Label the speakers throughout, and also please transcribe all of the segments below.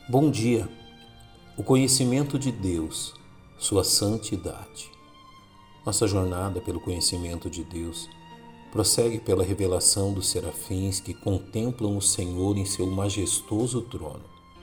Speaker 1: Bom dia. O conhecimento de Deus, sua santidade. Nossa jornada pelo conhecimento de Deus prossegue pela revelação dos serafins que contemplam o Senhor em seu majestoso trono.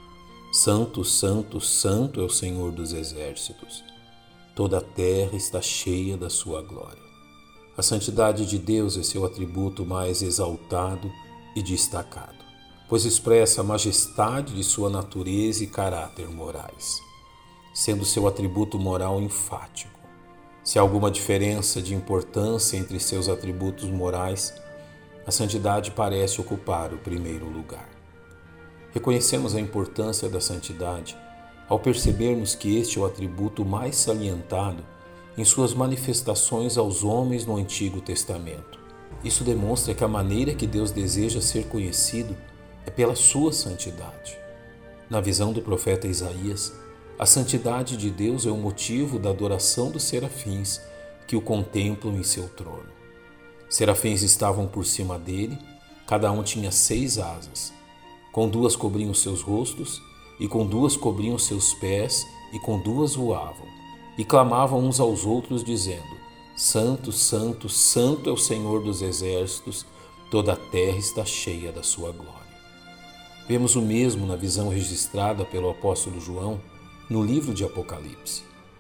Speaker 1: Santo, santo, santo é o Senhor dos exércitos. Toda a terra está cheia da sua glória. A santidade de Deus é seu atributo mais exaltado e destacado, pois expressa a majestade de sua natureza e caráter morais, sendo seu atributo moral enfático. Se há alguma diferença de importância entre seus atributos morais, a santidade parece ocupar o primeiro lugar. Reconhecemos a importância da santidade ao percebermos que este é o atributo mais salientado em suas manifestações aos homens no Antigo Testamento. Isso demonstra que a maneira que Deus deseja ser conhecido é pela sua santidade. Na visão do profeta Isaías, a santidade de Deus é o motivo da adoração dos serafins que o contemplam em seu trono. Serafins estavam por cima dele, cada um tinha 6 asas. Com 2 cobriam seus rostos, e com 2 cobriam seus pés, e com 2 voavam, e clamavam uns aos outros, dizendo: Santo, santo, santo é o Senhor dos exércitos, toda a terra está cheia da sua glória. Vemos o mesmo na visão registrada pelo apóstolo João no livro de Apocalipse.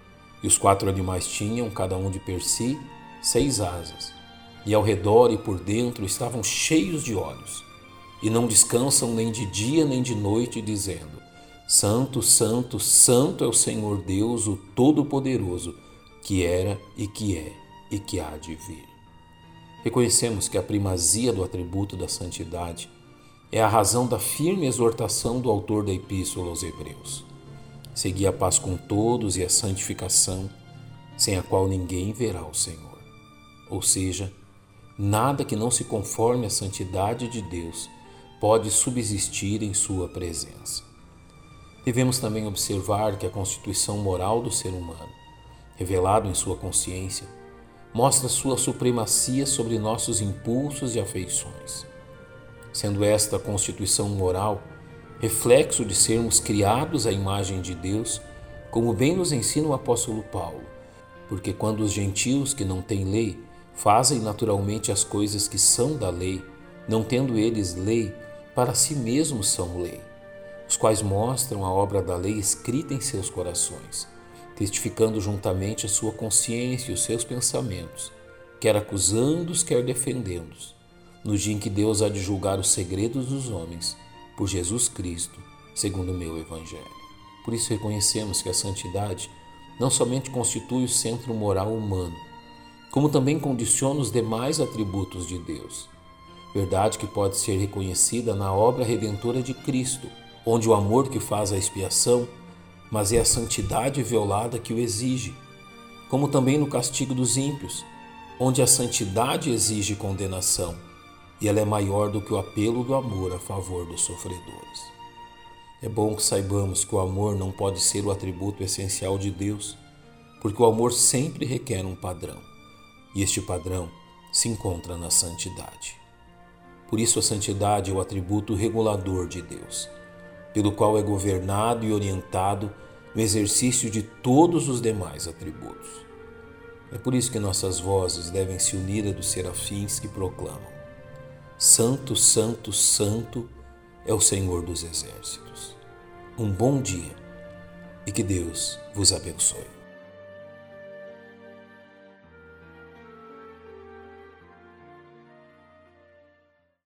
Speaker 1: E os 4 animais tinham, cada um de per si, 6 asas, e ao redor e por dentro estavam cheios de olhos, e não descansam nem de dia nem de noite, dizendo: Santo, santo, santo é o Senhor Deus, o Todo-Poderoso, que era e que é e que há de vir. Reconhecemos que a primazia do atributo da santidade é a razão da firme exortação do autor da Epístola aos Hebreus. Segui a paz com todos e a santificação, sem a qual ninguém verá o Senhor. Ou seja, nada que não se conforme à santidade de Deus pode subsistir em sua presença. Devemos também observar que a constituição moral do ser humano, revelado em sua consciência, mostra sua supremacia sobre nossos impulsos e afeições. Sendo esta constituição moral reflexo de sermos criados à imagem de Deus, como bem nos ensina o apóstolo Paulo, porque quando os gentios que não têm lei fazem naturalmente as coisas que são da lei, não tendo eles lei, para si mesmos são lei, os quais mostram a obra da lei escrita em seus corações, testificando juntamente a sua consciência e os seus pensamentos, quer acusando-os, quer defendendo-os, no dia em que Deus há de julgar os segredos dos homens, por Jesus Cristo, segundo o meu Evangelho. Por isso reconhecemos que a santidade não somente constitui o centro moral humano, como também condiciona os demais atributos de Deus. Verdade que pode ser reconhecida na obra redentora de Cristo, onde o amor que faz a expiação, mas é a santidade violada que o exige, como também no castigo dos ímpios, onde a santidade exige condenação, e ela é maior do que o apelo do amor a favor dos sofredores. É bom que saibamos que o amor não pode ser o atributo essencial de Deus, porque o amor sempre requer um padrão, e este padrão se encontra na santidade. Por isso a santidade é o atributo regulador de Deus, pelo qual é governado e orientado no exercício de todos os demais atributos. É por isso que nossas vozes devem se unir à dos serafins que proclamam: Santo, santo, santo é o Senhor dos exércitos. Um bom dia e que Deus vos abençoe.